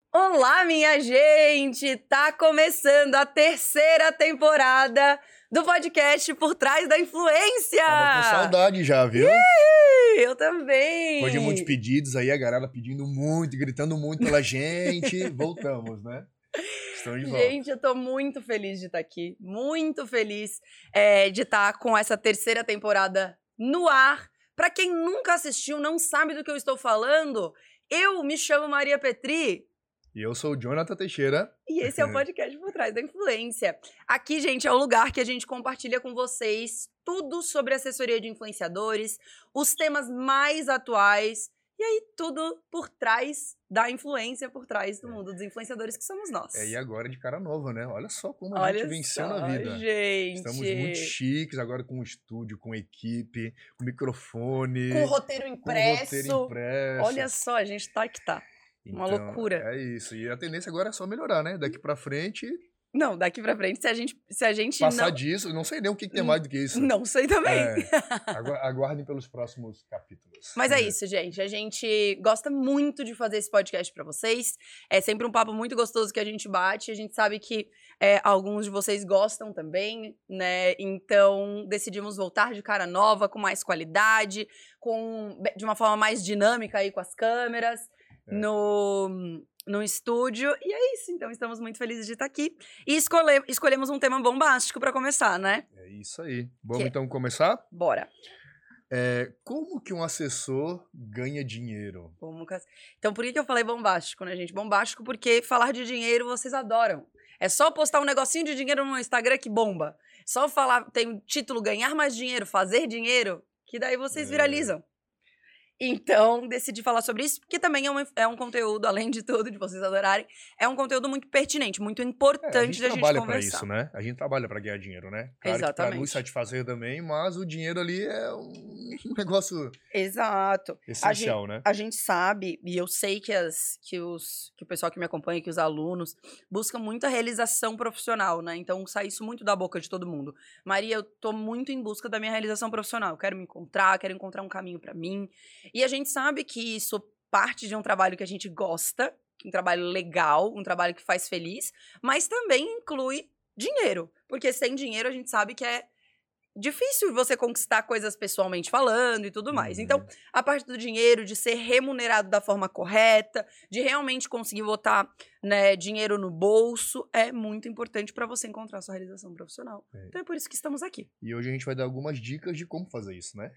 Olá, minha gente! Tá começando a terceira temporada do podcast Por Trás da Influência! Tava com saudade já, viu? Eu também! Depois de muitos pedidos aí, a galera pedindo muito, gritando muito pela gente. Voltamos, né? Estamos de volta. Gente, eu tô muito feliz de estar aqui. Muito feliz de estar com essa terceira temporada no ar. Pra quem nunca assistiu, não sabe do que eu estou falando, eu me chamo Maria Petri. E eu sou o Jonathan Teixeira. E esse é o podcast Por Trás da Influência. Aqui, gente, é o lugar que a gente compartilha com vocês tudo sobre assessoria de influenciadores, os temas mais atuais, e aí tudo por trás da influência, por trás do mundo dos influenciadores que somos nós. E agora de cara nova, né? Olha só como a gente venceu na vida. Gente. Estamos muito chiques agora com o estúdio, com equipe, com microfone. Com roteiro impresso. Com roteiro impresso. Olha só, a gente tá que tá. Uma loucura. É isso. E a tendência agora é só melhorar, né? Daqui pra frente... Não, daqui pra frente, se a gente passar disso, não sei nem o que tem mais do que isso. Não sei também. Aguardem pelos próximos capítulos. Mas é isso, gente. A gente gosta muito de fazer esse podcast pra vocês. É sempre um papo muito gostoso que a gente bate. A gente sabe que alguns de vocês gostam também, né? Então, decidimos voltar de cara nova, com mais qualidade, de uma forma mais dinâmica aí com as câmeras, no estúdio, e é isso, então estamos muito felizes de estar aqui. E escolhemos um tema bombástico para começar, né? É isso aí. Vamos então começar? Bora. Como que um assessor ganha dinheiro? Então por que eu falei bombástico, né, gente? Bombástico porque falar de dinheiro vocês adoram. É só postar um negocinho de dinheiro no Instagram que bomba. Só falar, tem o título ganhar mais dinheiro, fazer dinheiro, que daí vocês viralizam. Então, decidi falar sobre isso, porque também é um conteúdo, além de tudo, de vocês adorarem, é um conteúdo muito pertinente, muito importante da gente conversar. A gente trabalha pra isso, né? A gente trabalha pra ganhar dinheiro, né? Claro Exatamente. que pra nos satisfazer também, mas o dinheiro ali é um negócio essencial, né? A gente sabe, e eu sei que o pessoal que me acompanha, que os alunos, buscam muita realização profissional, né? Então, sai isso muito da boca de todo mundo. Maria, eu tô muito em busca da minha realização profissional. Eu quero me encontrar, quero encontrar um caminho pra mim. E a gente sabe que isso parte de um trabalho que a gente gosta, um trabalho legal, um trabalho que faz feliz, mas também inclui dinheiro. Porque sem dinheiro a gente sabe que é difícil você conquistar coisas pessoalmente falando e tudo mais. Então, a parte do dinheiro, de ser remunerado da forma correta, de realmente conseguir botar, né, dinheiro no bolso, é muito importante para você encontrar a sua realização profissional. Então é por isso que estamos aqui. E hoje a gente vai dar algumas dicas de como fazer isso, né?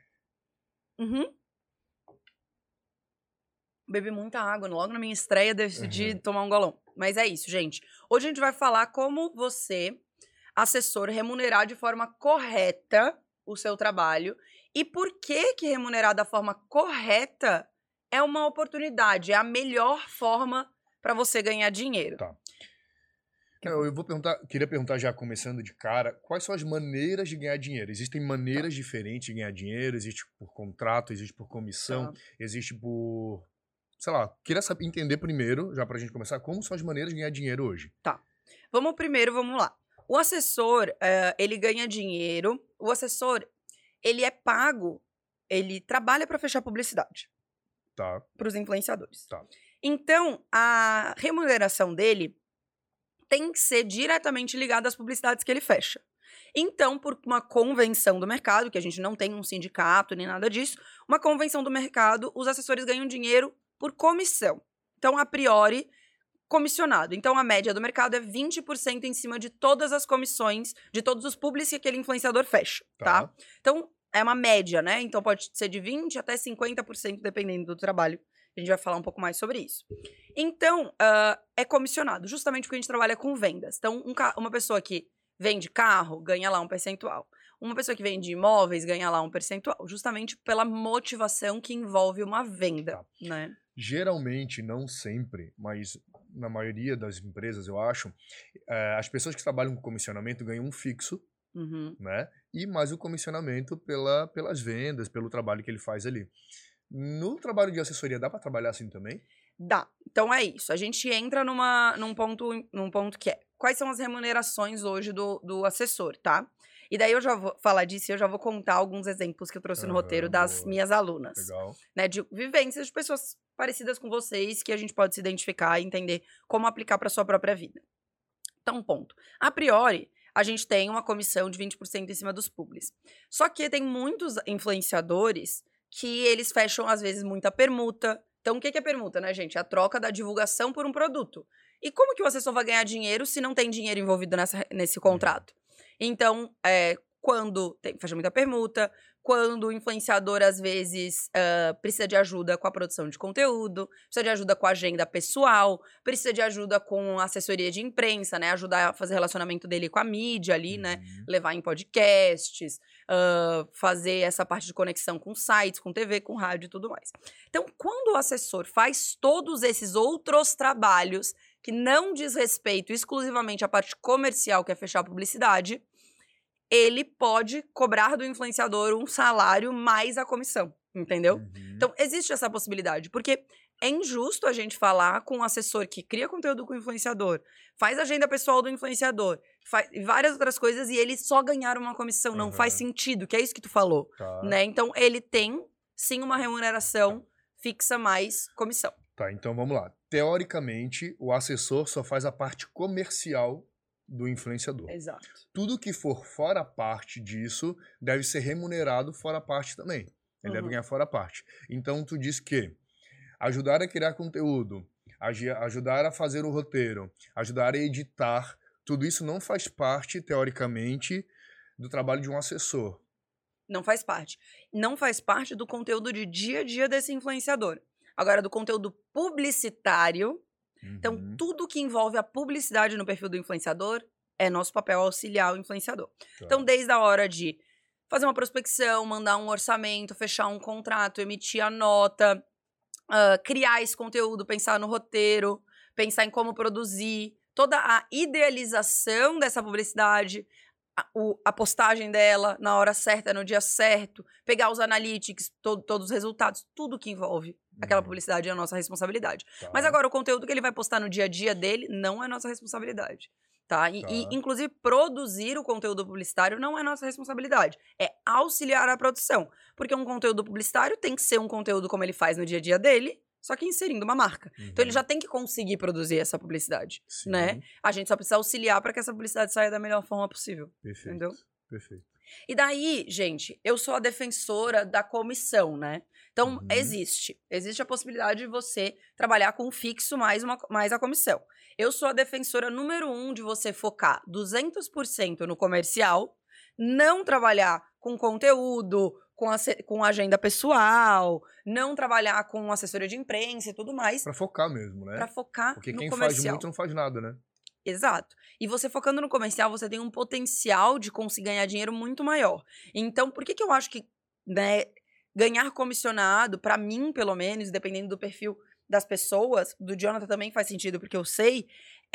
Bebi muita água, logo na minha estreia decidi tomar um golão. Mas é isso, gente. Hoje a gente vai falar como você, assessor, remunerar de forma correta o seu trabalho e por que remunerar da forma correta é uma oportunidade, é a melhor forma para você ganhar dinheiro. Tá. Eu queria perguntar já começando de cara, quais são as maneiras de ganhar dinheiro? Existem maneiras diferentes de ganhar dinheiro? Existe por contrato, existe por comissão, existe por... Sei lá, queria entender primeiro, já pra gente começar, como são as maneiras de ganhar dinheiro hoje. Tá. Vamos lá. O assessor, ele ganha dinheiro. O assessor, ele é pago, ele trabalha para fechar publicidade. Tá. Para os influenciadores. Tá. Então, a remuneração dele tem que ser diretamente ligada às publicidades que ele fecha. Então, por uma convenção do mercado, que a gente não tem um sindicato nem nada disso, uma convenção do mercado, os assessores ganham dinheiro por comissão. Então, a priori, comissionado. Então, a média do mercado é 20% em cima de todas as comissões, de todos os publics que aquele influenciador fecha, tá? Então, é uma média, né? Então, pode ser de 20% até 50%, dependendo do trabalho. A gente vai falar um pouco mais sobre isso. Então, é comissionado, justamente porque a gente trabalha com vendas. Então, uma pessoa que vende carro, ganha lá um percentual. Uma pessoa que vende imóveis ganha lá um percentual, justamente pela motivação que envolve uma venda, né? Geralmente, não sempre, mas na maioria das empresas, eu acho, as pessoas que trabalham com comissionamento ganham um fixo, né? E mais o comissionamento pelas vendas, pelo trabalho que ele faz ali. No trabalho de assessoria, dá para trabalhar assim também? Dá. Então é isso. A gente entra num ponto que é: quais são as remunerações hoje do assessor, tá? E daí eu já vou falar disso e eu já vou contar alguns exemplos que eu trouxe no roteiro das boa. minhas alunas. Legal. Né, de vivências de pessoas parecidas com vocês que a gente pode se identificar e entender como aplicar para sua própria vida. Então, ponto. A priori, a gente tem uma comissão de 20% em cima dos publis. Só que tem muitos influenciadores que eles fecham, às vezes, muita permuta. Então, o que é permuta, né, gente? A troca da divulgação por um produto. E como que você só vai ganhar dinheiro se não tem dinheiro envolvido nesse contrato? Então, quando fecha muita permuta, quando o influenciador, às vezes, precisa de ajuda com a produção de conteúdo, precisa de ajuda com a agenda pessoal, precisa de ajuda com assessoria de imprensa, né? Ajudar a fazer relacionamento dele com a mídia ali, né? Levar em podcasts, fazer essa parte de conexão com sites, com TV, com rádio e tudo mais. Então, quando o assessor faz todos esses outros trabalhos que não diz respeito exclusivamente à parte comercial, que é fechar a publicidade, ele pode cobrar do influenciador um salário mais a comissão, entendeu? Então, existe essa possibilidade, porque é injusto a gente falar com um assessor que cria conteúdo com o influenciador, faz agenda pessoal do influenciador, faz várias outras coisas e ele só ganhar uma comissão. Não faz sentido, que é isso que tu falou, né? Então, ele tem, sim, uma remuneração fixa mais comissão. Tá, então vamos lá. Teoricamente, o assessor só faz a parte comercial do influenciador. Exato. Tudo que for fora parte disso deve ser remunerado fora parte também. Ele deve ganhar fora parte. Então, tu diz que ajudar a criar conteúdo, ajudar a fazer o roteiro, ajudar a editar, tudo isso não faz parte, teoricamente, do trabalho de um assessor. Não faz parte. Não faz parte do conteúdo de dia a dia desse influenciador. Agora, do conteúdo publicitário, então tudo que envolve a publicidade no perfil do influenciador é nosso papel auxiliar o influenciador. Então, desde a hora de fazer uma prospecção, mandar um orçamento, fechar um contrato, emitir a nota, criar esse conteúdo, pensar no roteiro, pensar em como produzir, toda a idealização dessa publicidade, a postagem dela na hora certa, no dia certo, pegar os analytics, todos os resultados, tudo que envolve aquela publicidade é a nossa responsabilidade. Mas agora, o conteúdo que ele vai postar no dia a dia dele não é nossa responsabilidade. Tá? E, inclusive, produzir o conteúdo publicitário não é nossa responsabilidade. É auxiliar a produção. Porque um conteúdo publicitário tem que ser um conteúdo como ele faz no dia a dia dele, só que inserindo uma marca. Então, ele já tem que conseguir produzir essa publicidade, né? A gente só precisa auxiliar para que essa publicidade saia da melhor forma possível. Perfeito. Entendeu? Perfeito. E daí, gente, eu sou a defensora da comissão, né? Então, existe a possibilidade de você trabalhar com o fixo mais a comissão. Eu sou a defensora número 1 de você focar 200% no comercial, não trabalhar com conteúdo, com agenda pessoal, não trabalhar com assessoria de imprensa e tudo mais. Pra focar mesmo, né? Pra focar Porque no quem comercial. faz muito não faz nada, né? Exato. E você focando no comercial, você tem um potencial de conseguir ganhar dinheiro muito maior. Então, por que eu acho que, né, ganhar comissionado, pra mim, pelo menos, dependendo do perfil das pessoas, do Jonathan também faz sentido, porque eu sei,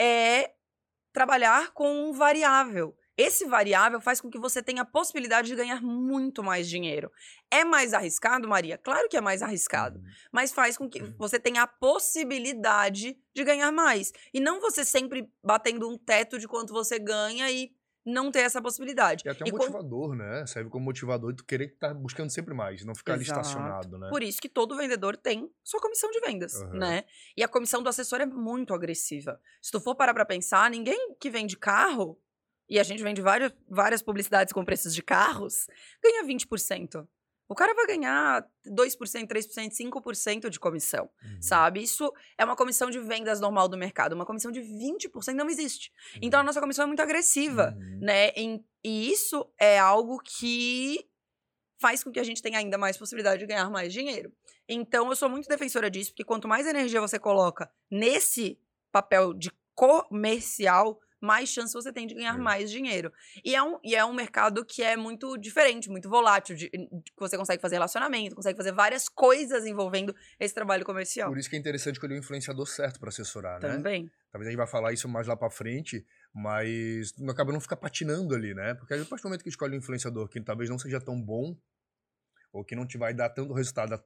é trabalhar com um variável. Esse variável faz com que você tenha a possibilidade de ganhar muito mais dinheiro. É mais arriscado, Maria? Claro que é mais arriscado. Mas faz com que você tenha a possibilidade de ganhar mais. E não você sempre batendo um teto de quanto você ganha e não ter essa possibilidade. E até um motivador, né? Serve como motivador de tu querer estar buscando sempre mais, não ficar ali estacionado, né? Por isso que todo vendedor tem sua comissão de vendas, né? E a comissão do assessor é muito agressiva. Se tu for parar pra pensar, ninguém que vende carro, e a gente vende várias publicidades com preços de carros, ganha 20%. O cara vai ganhar 2%, 3%, 5% de comissão, sabe? Isso é uma comissão de vendas normal do mercado. Uma comissão de 20% não existe. Então, a nossa comissão é muito agressiva, né? E isso é algo que faz com que a gente tenha ainda mais possibilidade de ganhar mais dinheiro. Então, eu sou muito defensora disso, porque quanto mais energia você coloca nesse papel de comercial, mais chance você tem de ganhar mais dinheiro. E é um mercado que é muito diferente, muito volátil, que você consegue fazer relacionamento, consegue fazer várias coisas envolvendo esse trabalho comercial. Por isso que é interessante escolher o influenciador certo para assessorar, né? Também. Talvez a gente vai falar isso mais lá para frente, mas acaba não ficar patinando ali, né? Porque a partir do momento que escolhe um influenciador que talvez não seja tão bom, ou que não te vai dar tanto resultado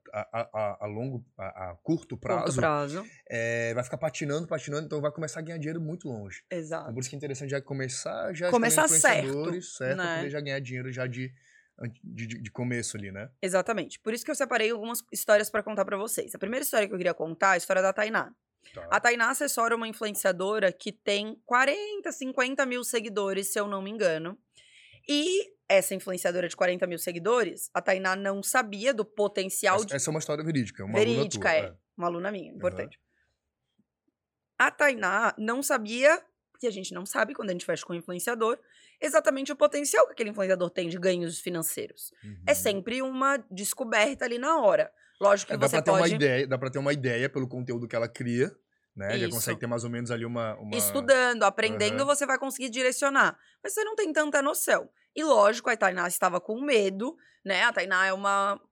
a curto prazo, vai ficar patinando, então vai começar a ganhar dinheiro muito longe. Exato. Então por isso que é interessante já começar já começar influenciadores, certo, né? Pra poder já ganhar dinheiro já de começo ali, né? Exatamente. Por isso que eu separei algumas histórias pra contar pra vocês. A primeira história que eu queria contar é a história da Tainá. Tá. A Tainá assessora uma influenciadora que tem 40, 50 mil seguidores, se eu não me engano. E essa influenciadora de 40 mil seguidores, a Tainá não sabia do potencial Essa é uma história verídica, uma verídica, aluna tua. Uma aluna minha, importante. A Tainá não sabia, porque a gente não sabe quando a gente fecha com o influenciador, exatamente o potencial que aquele influenciador tem de ganhos financeiros. É sempre uma descoberta ali na hora. Lógico que você pode... Dá pra ter uma ideia pelo conteúdo que ela cria, né? Já consegue ter mais ou menos ali uma... Estudando, aprendendo, você vai conseguir direcionar. Mas você não tem tanta noção. E lógico, a Tainá estava com medo, né? A Tainá é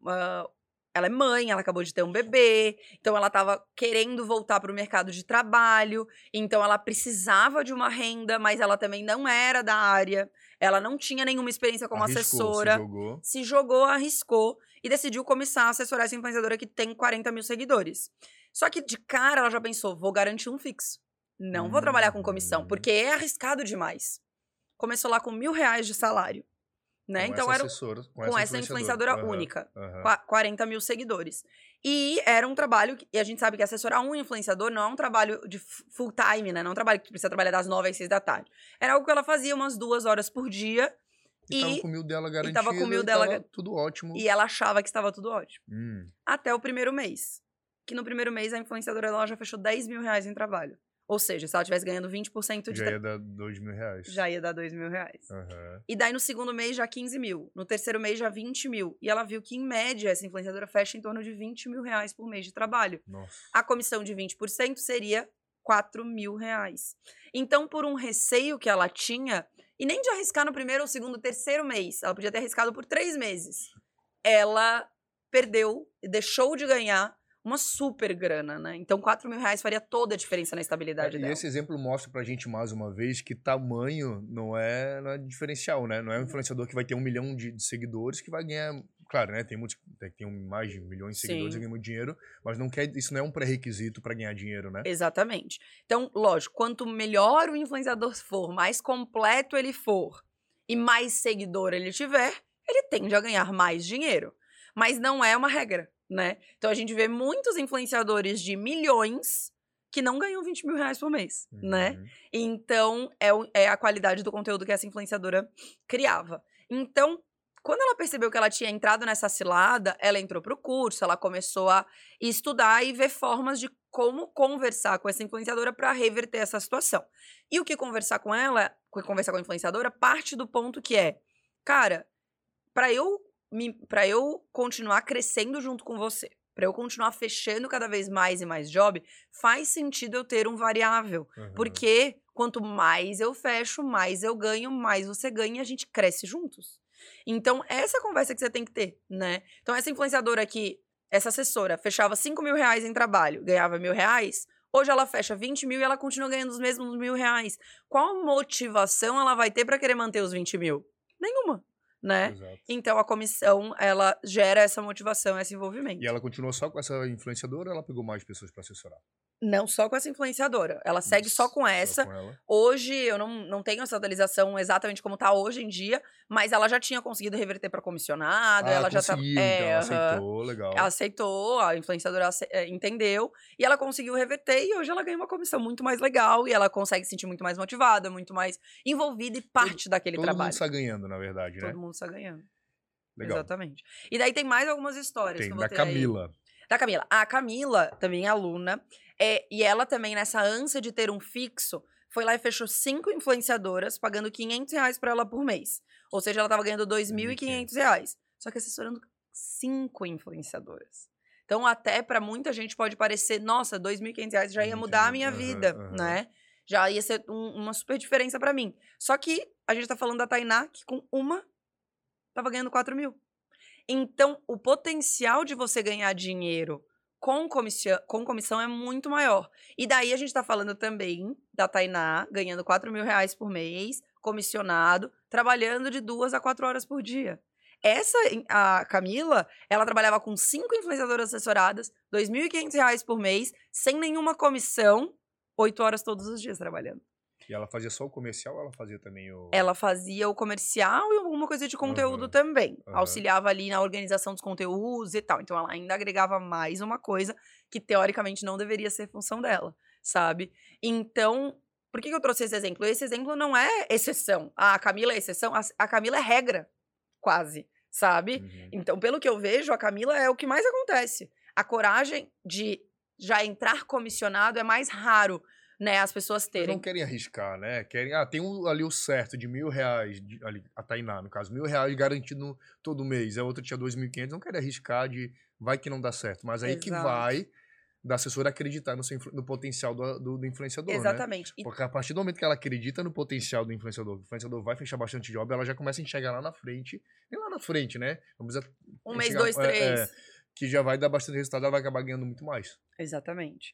ela é mãe, ela acabou de ter um bebê, então ela estava querendo voltar para o mercado de trabalho, então ela precisava de uma renda, mas ela também não era da área, ela não tinha nenhuma experiência como assessora, se jogou, arriscou e decidiu começar a assessorar essa influenciadora que tem 40 mil seguidores. Só que de cara ela já pensou, vou garantir um fixo, não vou trabalhar com comissão, porque é arriscado demais. Começou lá com R$1.000 de salário. Né? Então era com essa influenciadora única, 40 mil seguidores. E era um trabalho, e a gente sabe que assessorar um influenciador não é um trabalho de full time, né? Não é um trabalho que precisa trabalhar das 9 às 6 da tarde. Era algo que ela fazia umas 2 horas por dia. E tava com o 1.000 dela garantido, tava com 1.000 dela, tudo ótimo. E ela achava que estava tudo ótimo. Até o primeiro mês. Que no primeiro mês a influenciadora dela já fechou R$10.000 em trabalho. Ou seja, se ela estivesse ganhando 20% de... Já ia dar R$2.000. Já ia dar R$2.000. E daí no segundo mês já 15 mil. No terceiro mês já 20 mil. E ela viu que em média essa influenciadora fecha em torno de R$20.000 por mês de trabalho. Nossa. A comissão de 20% seria R$4.000. Então por um receio que ela tinha, e nem de arriscar no primeiro, segundo, terceiro mês, ela podia ter arriscado por 3 meses. Ela perdeu, deixou de ganhar uma super grana, né? Então, R$4.000 faria toda a diferença na estabilidade dela. E esse exemplo mostra pra gente, mais uma vez, que tamanho não é diferencial, né? Não é um influenciador que vai ter 1 milhão de seguidores que vai ganhar... Claro, né? Tem muitos que tem mais de 1 milhão de seguidores e ganham muito dinheiro, mas isso não é um pré-requisito pra ganhar dinheiro, né? Exatamente. Então, lógico, quanto melhor o influenciador for, mais completo ele for e mais seguidor ele tiver, ele tende a ganhar mais dinheiro. Mas não é uma regra. Né? Então a gente vê muitos influenciadores de milhões que não ganham R$20.000 por mês, né? Então é a qualidade do conteúdo que essa influenciadora criava. Então, quando ela percebeu que ela tinha entrado nessa cilada, ela entrou pro curso, ela começou a estudar e ver formas de como conversar com essa influenciadora para reverter essa situação. E o que conversar com ela, conversar com a influenciadora, parte do ponto que é, cara, para eu continuar crescendo junto com você, para eu continuar fechando cada vez mais e mais job, faz sentido eu ter um variável. Porque quanto mais eu fecho, mais eu ganho, mais você ganha e a gente cresce juntos. Então, essa é a conversa que você tem que ter, né? Então, essa influenciadora aqui, essa assessora, fechava R$5.000 em trabalho, ganhava R$1.000, hoje ela fecha 20 mil e ela continua ganhando os mesmos R$1.000. Qual motivação ela vai ter para querer manter os 20 mil? Nenhuma. Né? Então a comissão, ela gera essa motivação, esse envolvimento. E ela continuou só com essa influenciadora ou ela pegou mais pessoas para assessorar? Não só com essa influenciadora, ela segue só com essa. Hoje eu não tenho essa atualização exatamente como tá hoje em dia, mas ela já tinha conseguido reverter para comissionado, ela já tá, então ela aceitou, legal. Ela aceitou, a influenciadora entendeu e ela conseguiu reverter e hoje ela ganha uma comissão muito mais legal e ela consegue se sentir muito mais motivada, muito mais envolvida e parte daquele trabalho. Todo mundo está ganhando, na verdade, né? Todo mundo está ganhando. Legal. Exatamente. E daí tem mais algumas histórias. Tem, da Camila. Aí. Da Camila. A Camila, também é aluna, e ela também, nessa ânsia de ter um fixo, foi lá e fechou 5 influenciadoras, pagando R$500 para ela por mês. Ou seja, ela estava ganhando R$2.500. Só que assessorando 5 influenciadoras. Então, até para muita gente pode parecer, nossa, R$2.500 já ia mudar a minha vida, né? Já ia ser uma super diferença para mim. Só que a gente tá falando da Tainá, que com uma tava ganhando 4 mil. Então, o potencial de você ganhar dinheiro com comissão é muito maior. E daí a gente tá falando também da Tainá ganhando R$4.000 por mês, comissionado, trabalhando de 2 a 4 horas por dia. A Camila, ela trabalhava com 5 influenciadoras assessoradas, R$ 2.500 por mês, sem nenhuma comissão, 8 horas todos os dias trabalhando. E ela fazia só o comercial ou ela fazia também o... Ela fazia o comercial e alguma coisa de conteúdo também. Auxiliava ali na organização dos conteúdos e tal. Então, ela ainda agregava mais uma coisa que, teoricamente, não deveria ser função dela, sabe? Então, por que eu trouxe esse exemplo? Esse exemplo não é exceção. A Camila é exceção, a Camila é regra, quase, sabe? Então, pelo que eu vejo, a Camila é o que mais acontece. A coragem de já entrar comissionado é mais raro, né, as pessoas terem. Eles não querem arriscar, né? Querem, tem ali o certo de R$ 1.000, ali, a Tainá, no caso, R$ 1.000 garantido todo mês, a outra tinha 2.500, não querem arriscar de vai que não dá certo, mas aí que vai da assessora acreditar no potencial do influenciador, Exatamente. Né? Porque a partir do momento que ela acredita no potencial do influenciador, o influenciador vai fechar bastante job, ela já começa a enxergar lá na frente, nem lá na frente, né? Vamos um mês, 2, 3. Que já vai dar bastante resultado, ela vai acabar ganhando muito mais. Exatamente.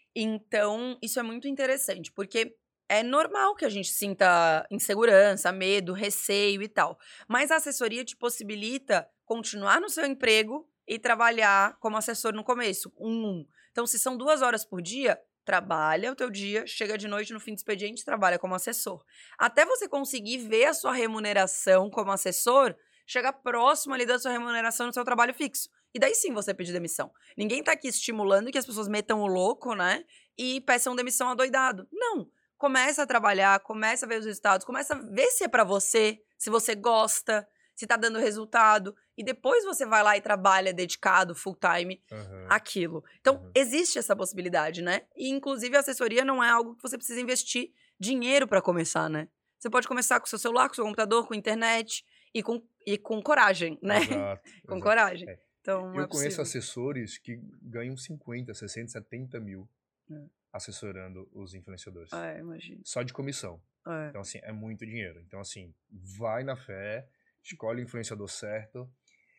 Então, isso é muito interessante, porque é normal que a gente sinta insegurança, medo, receio e tal. Mas a assessoria te possibilita continuar no seu emprego e trabalhar como assessor no começo. Então, se são 2 horas por dia, trabalha o teu dia, chega de noite no fim do expediente, trabalha como assessor. Até você conseguir ver a sua remuneração como assessor, chega próximo ali da sua remuneração no seu trabalho fixo. E daí sim você pedir demissão. Ninguém tá aqui estimulando que as pessoas metam o louco, né? E peçam demissão adoidado. Não. Começa a trabalhar, começa a ver os resultados, começa a ver se é pra você, se você gosta, se tá dando resultado. E depois você vai lá e trabalha dedicado, full time, aquilo. Então, existe essa possibilidade, né? E, inclusive, a assessoria não é algo que você precisa investir dinheiro pra começar, né? Você pode começar com o seu celular, com o seu computador, com a internet e com coragem, né? Com coragem. Então, eu conheço assessores que ganham 50, 60, 70 mil assessorando os influenciadores. Imagino. Só de comissão. Então, assim, é muito dinheiro. Então, assim, vai na fé, escolhe o influenciador certo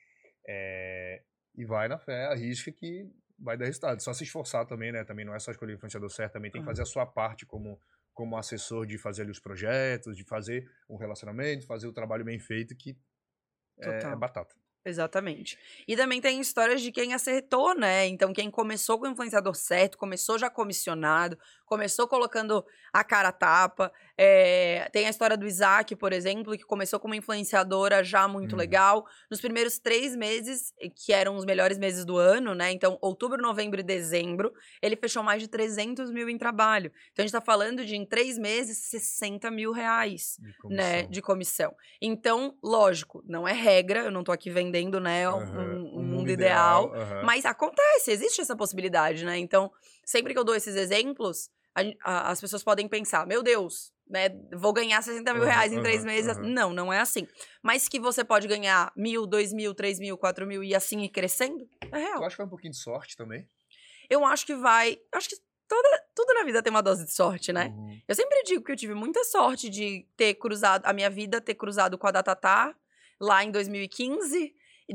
e vai na fé, arrisca que vai dar resultado. Só se esforçar também, né? Também não é só escolher o influenciador certo, também tem que fazer a sua parte como assessor de fazer ali os projetos, de fazer um relacionamento, fazer o trabalho bem feito, que é batata. Exatamente. E também tem histórias de quem acertou, né? Então, quem começou com o influenciador certo, começou já comissionado, começou colocando a cara a tapa. Tem a história do Isaac, por exemplo, que começou como influenciadora já muito legal. Nos primeiros 3 meses, que eram os melhores meses do ano, né? Então, outubro, novembro e dezembro, ele fechou mais de 300 mil em trabalho. Então, a gente tá falando de, em 3 meses, R$60 mil, né? De comissão. Então, lógico, não é regra, eu não tô aqui vendendo, né, um mundo ideal, mas acontece, existe essa possibilidade, né? Então, sempre que eu dou esses exemplos, as pessoas podem pensar, meu Deus, né, vou ganhar R$60 mil em 3 meses. Não é assim. Mas que você pode ganhar 1.000, 2.000, 3.000, 4.000 e assim ir crescendo, é real. Eu acho que vai um pouquinho de sorte também. Eu acho que vai, acho que tudo na vida tem uma dose de sorte, né? Eu sempre digo que eu tive muita sorte de ter cruzado, a minha vida ter cruzado com a da Tatá, lá em 2015,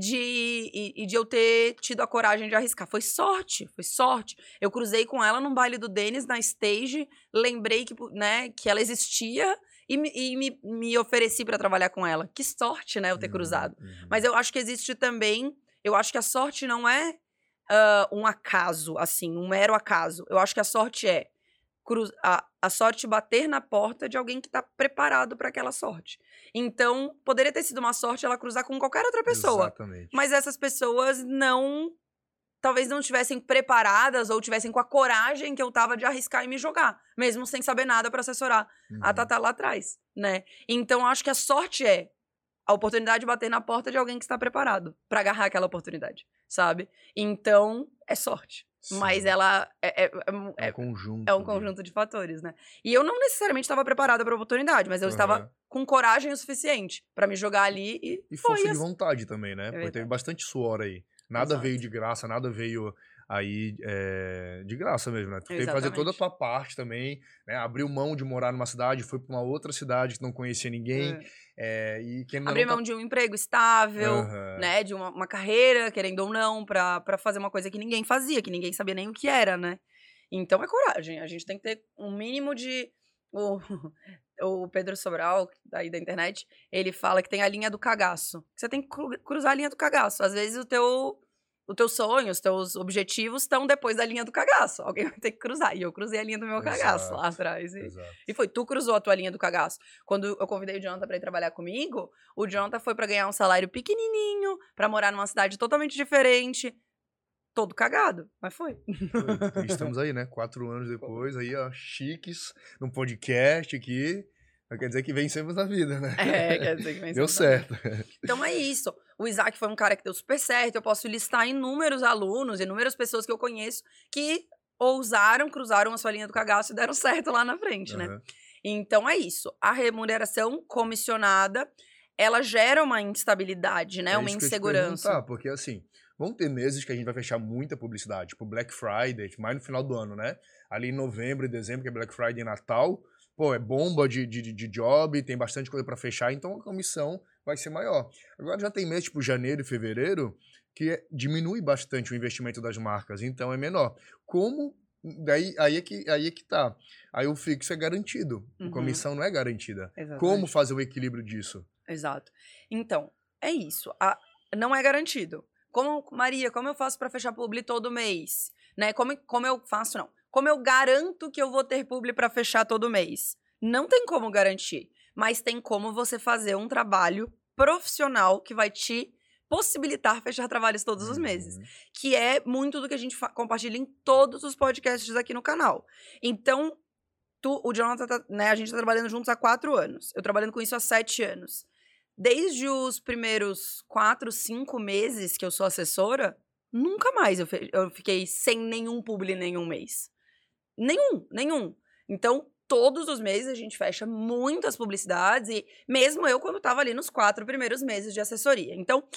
de eu ter tido a coragem de arriscar. Foi sorte. Eu cruzei com ela num baile do Denis, na stage, lembrei que ela existia e me ofereci pra trabalhar com ela. Que sorte, né, eu ter cruzado. Mas eu acho que existe também, eu acho que a sorte não é um acaso, assim, um mero acaso. Eu acho que a sorte é a sorte bater na porta de alguém que tá preparado para aquela sorte. Então, poderia ter sido uma sorte ela cruzar com qualquer outra pessoa. Exatamente. Mas essas pessoas talvez não estivessem preparadas ou tivessem com a coragem que eu tava de arriscar e me jogar, mesmo sem saber nada para assessorar a Tatá lá atrás, né? Então, eu acho que a sorte é a oportunidade de bater na porta de alguém que está preparado para agarrar aquela oportunidade, sabe? Então, é sorte. Sim. Mas ela é um conjunto. É um conjunto de fatores, né? E eu não necessariamente estava preparada para a oportunidade, mas eu estava com coragem o suficiente para me jogar ali e força de vontade também, né? Porque teve bastante suor aí. Nada veio de graça, nada veio aí de graça mesmo, né? Tu teve que fazer toda a tua parte também, né? Abriu mão de morar numa cidade, foi para uma outra cidade que não conhecia ninguém. Abrir mão de um emprego estável, né? De uma carreira, querendo ou não, pra fazer uma coisa que ninguém fazia, que ninguém sabia nem o que era, né? Então é coragem. A gente tem que ter um mínimo de... o Pedro Sobral, daí da internet, ele fala que tem a linha do cagaço. Você tem que cruzar a linha do cagaço. Às vezes o teu sonho, os teus objetivos estão depois da linha do cagaço. Alguém vai ter que cruzar. E eu cruzei a linha do meu cagaço lá atrás. E foi, tu cruzou a tua linha do cagaço. Quando eu convidei o Jonathan pra ir trabalhar comigo, o Jonathan foi pra ganhar um salário pequenininho, pra morar numa cidade totalmente diferente. Todo cagado, mas foi. E estamos aí, né? 4 anos depois, aí, ó, chiques, num podcast aqui. Quer dizer que vencemos na vida, né? Quer dizer que vencemos. Deu certo. Então é isso. O Isaac foi um cara que deu super certo. Eu posso listar inúmeros alunos, inúmeras pessoas que eu conheço que ousaram, cruzaram a sua linha do cagaço e deram certo lá na frente, né? Então é isso. A remuneração comissionada, ela gera uma instabilidade, né? Uma insegurança. Porque assim, vão ter meses que a gente vai fechar muita publicidade, tipo Black Friday, mais no final do ano, né? Ali em novembro e dezembro, que é Black Friday e Natal, pô, é bomba de job, tem bastante coisa pra fechar, então a comissão vai ser maior. Agora já tem mês, tipo janeiro e fevereiro, que diminui bastante o investimento das marcas, então é menor. Como... Aí é que tá. Aí o fixo é garantido, a comissão não é garantida. Exatamente. Como fazer o equilíbrio disso? Exato. Então, é isso. Não é garantido. Maria, como eu faço pra fechar publi todo mês? Né? Como eu faço, não. Como eu garanto que eu vou ter publi pra fechar todo mês? Não tem como garantir, mas tem como você fazer um trabalho profissional que vai te possibilitar fechar trabalhos todos os meses. Que é muito do que a gente compartilha em todos os podcasts aqui no canal. Então, o Jonathan, né, a gente tá trabalhando juntos há 4 anos. Eu trabalhando com isso há 7 anos. Desde os primeiros 4, 5 meses que eu sou assessora, nunca mais eu fiquei sem nenhum publi nenhum mês. Nenhum. Então, todos os meses a gente fecha muitas publicidades, e mesmo eu quando tava ali nos 4 primeiros meses de assessoria. Então,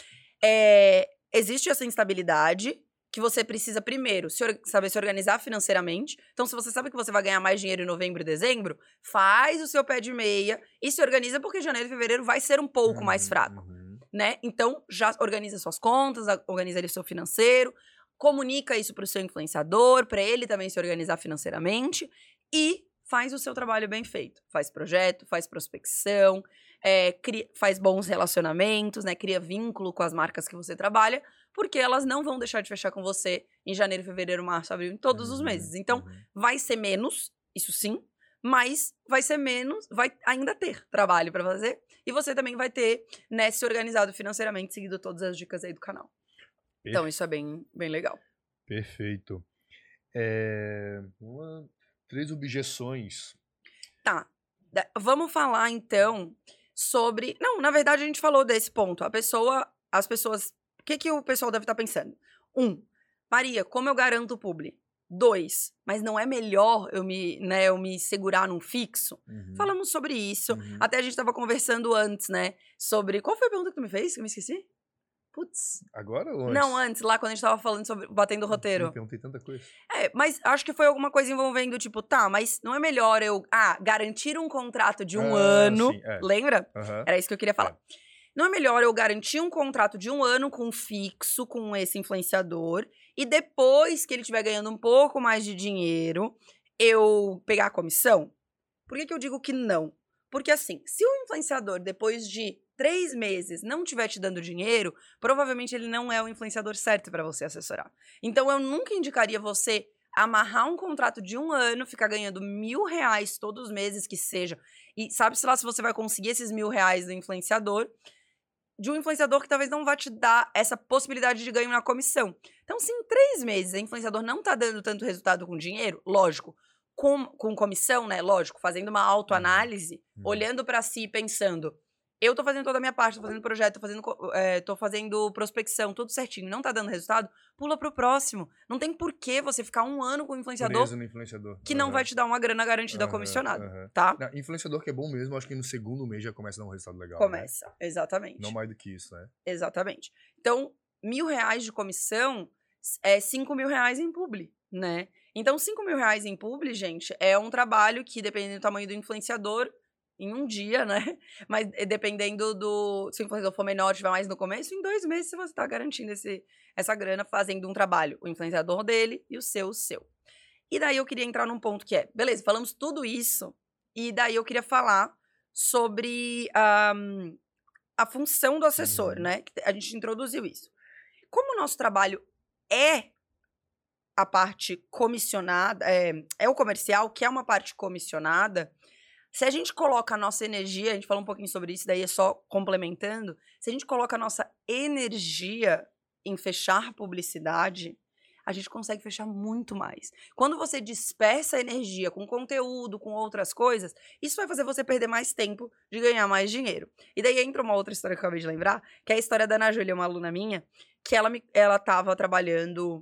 existe essa instabilidade que você precisa, primeiro, saber se organizar financeiramente. Então, se você sabe que você vai ganhar mais dinheiro em novembro e dezembro, faz o seu pé de meia e se organiza, porque janeiro e fevereiro vai ser um pouco mais fraco, né? Então, já organiza suas contas, organiza ali o seu financeiro, comunica isso pro seu influenciador, para ele também se organizar financeiramente e faz o seu trabalho bem feito. Faz projeto, faz prospecção, faz bons relacionamentos, né? Cria vínculo com as marcas que você trabalha, porque elas não vão deixar de fechar com você em janeiro, fevereiro, março, abril, em todos os meses. Então, vai ser menos, isso sim, mas vai ser menos, vai ainda ter trabalho para fazer, e você também vai ter, né, se organizado financeiramente, seguindo todas as dicas aí do canal. Então, isso é bem legal. Perfeito. 3 objeções. Tá. Vamos falar, então, sobre... Não, na verdade, a gente falou desse ponto. As pessoas... O que o pessoal deve estar pensando? 1. Maria, como eu garanto o publi? 2. Mas não é melhor eu me segurar num fixo? Falamos sobre isso. Até a gente estava conversando antes, né? Sobre... Qual foi a pergunta que tu me fez? Que eu me esqueci? Putz. Agora ou antes? Não, antes, lá quando a gente tava falando sobre batendo o roteiro. Eu perguntei tanta coisa. Mas acho que foi alguma coisa envolvendo, tipo, mas não é melhor eu garantir um contrato de 1 ano, sim, lembra? Era isso que eu queria falar. Não é melhor eu garantir um contrato de 1 ano com fixo, com esse influenciador, e depois que ele estiver ganhando um pouco mais de dinheiro, eu pegar a comissão? Por que eu digo que não? Porque assim, se o influenciador, depois de 3 meses não estiver te dando dinheiro, provavelmente ele não é o influenciador certo para você assessorar. Então, eu nunca indicaria você amarrar um contrato de 1 ano, ficar ganhando R$1.000 todos os meses que seja, e sabe-se lá se você vai conseguir esses R$1.000 do influenciador, de um influenciador que talvez não vá te dar essa possibilidade de ganho na comissão. Então, se em 3 meses o influenciador não tá dando tanto resultado com dinheiro, lógico, com comissão, né, lógico, fazendo uma autoanálise, olhando para si e pensando, eu tô fazendo toda a minha parte, tô fazendo projeto, tô fazendo prospecção, tudo certinho, não tá dando resultado, pula pro próximo. Não tem por que você ficar 1 ano com o influenciador, que não vai te dar uma grana garantida comissionada, tá? Não, influenciador que é bom mesmo, acho que no 2º mês já começa a dar um resultado legal. Começa, né? Exatamente. Não mais do que isso, né? Exatamente. Então, R$1.000 de comissão é R$5.000 em publi, né? Então, R$5.000 em publi, gente, é um trabalho que, dependendo do tamanho do influenciador, em 1 dia, né? Mas dependendo se o influenciador for menor, tiver mais no começo, em 2 meses você tá garantindo essa grana fazendo um trabalho. O influenciador dele e o seu. E daí eu queria entrar num ponto que beleza, falamos tudo isso, E daí eu queria falar sobre a função do assessor, né? A gente introduziu isso. Como o nosso trabalho é a parte comissionada, é o comercial, que é uma parte comissionada, se a gente coloca a nossa energia, a gente falou um pouquinho sobre isso, daí é só complementando, se a gente coloca a nossa energia em fechar publicidade, a gente consegue fechar muito mais. Quando você dispersa a energia com conteúdo, com outras coisas, isso vai fazer você perder mais tempo de ganhar mais dinheiro. E daí entra uma outra história que eu acabei de lembrar, que é a história da Ana Júlia, uma aluna minha, que ela estava trabalhando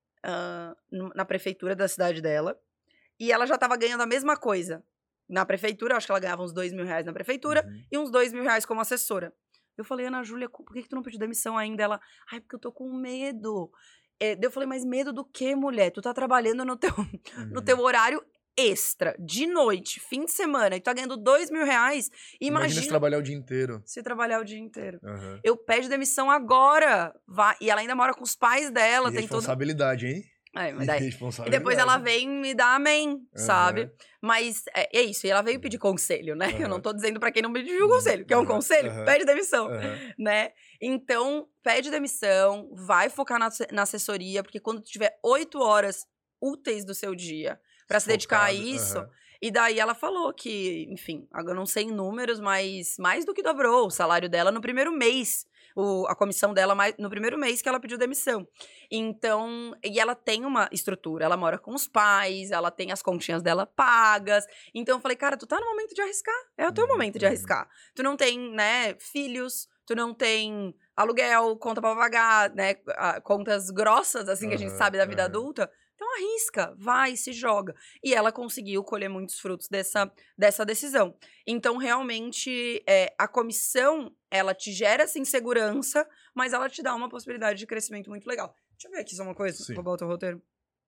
na prefeitura da cidade dela, e ela já estava ganhando a mesma coisa na prefeitura, acho que ela ganhava uns R$2.000 na prefeitura, e uns R$2.000 como assessora. Eu falei, Ana Júlia, por que tu não pediu demissão ainda? Ela, porque eu tô com medo. Eu falei, mas medo do quê, mulher? Tu tá trabalhando no teu horário extra, de noite, fim de semana, e tu tá ganhando R$2.000, imagina se trabalhar o dia inteiro. Se trabalhar o dia inteiro. Eu peço demissão agora. E ela ainda mora com os pais dela. E tem responsabilidade, hein? Mas daí, e depois ela vem me dar amém, sabe? Mas é isso, e ela veio pedir conselho, né? Eu não tô dizendo pra quem não pediu conselho, que é um conselho, pede demissão, né? Então, pede demissão, vai focar na assessoria, porque quando tu tiver 8 horas úteis do seu dia pra se dedicar a isso, e daí ela falou que, enfim, eu não sei em números, mas mais do que dobrou o salário dela no primeiro mês. A comissão dela no primeiro mês que ela pediu demissão. Então, e ela tem uma estrutura, ela mora com os pais, ela tem as continhas dela pagas. Então eu falei, cara, tu tá no momento de arriscar, é o teu momento de arriscar. Tu não tem, né, filhos, tu não tem aluguel, conta pra pagar, né, contas grossas, assim, que a gente sabe da vida adulta. Então arrisca, vai, se joga. E ela conseguiu colher muitos frutos dessa decisão. Então, realmente, a comissão, ela te gera essa insegurança, mas ela te dá uma possibilidade de crescimento muito legal. Deixa eu ver aqui só uma coisa, vou roubar o teu roteiro.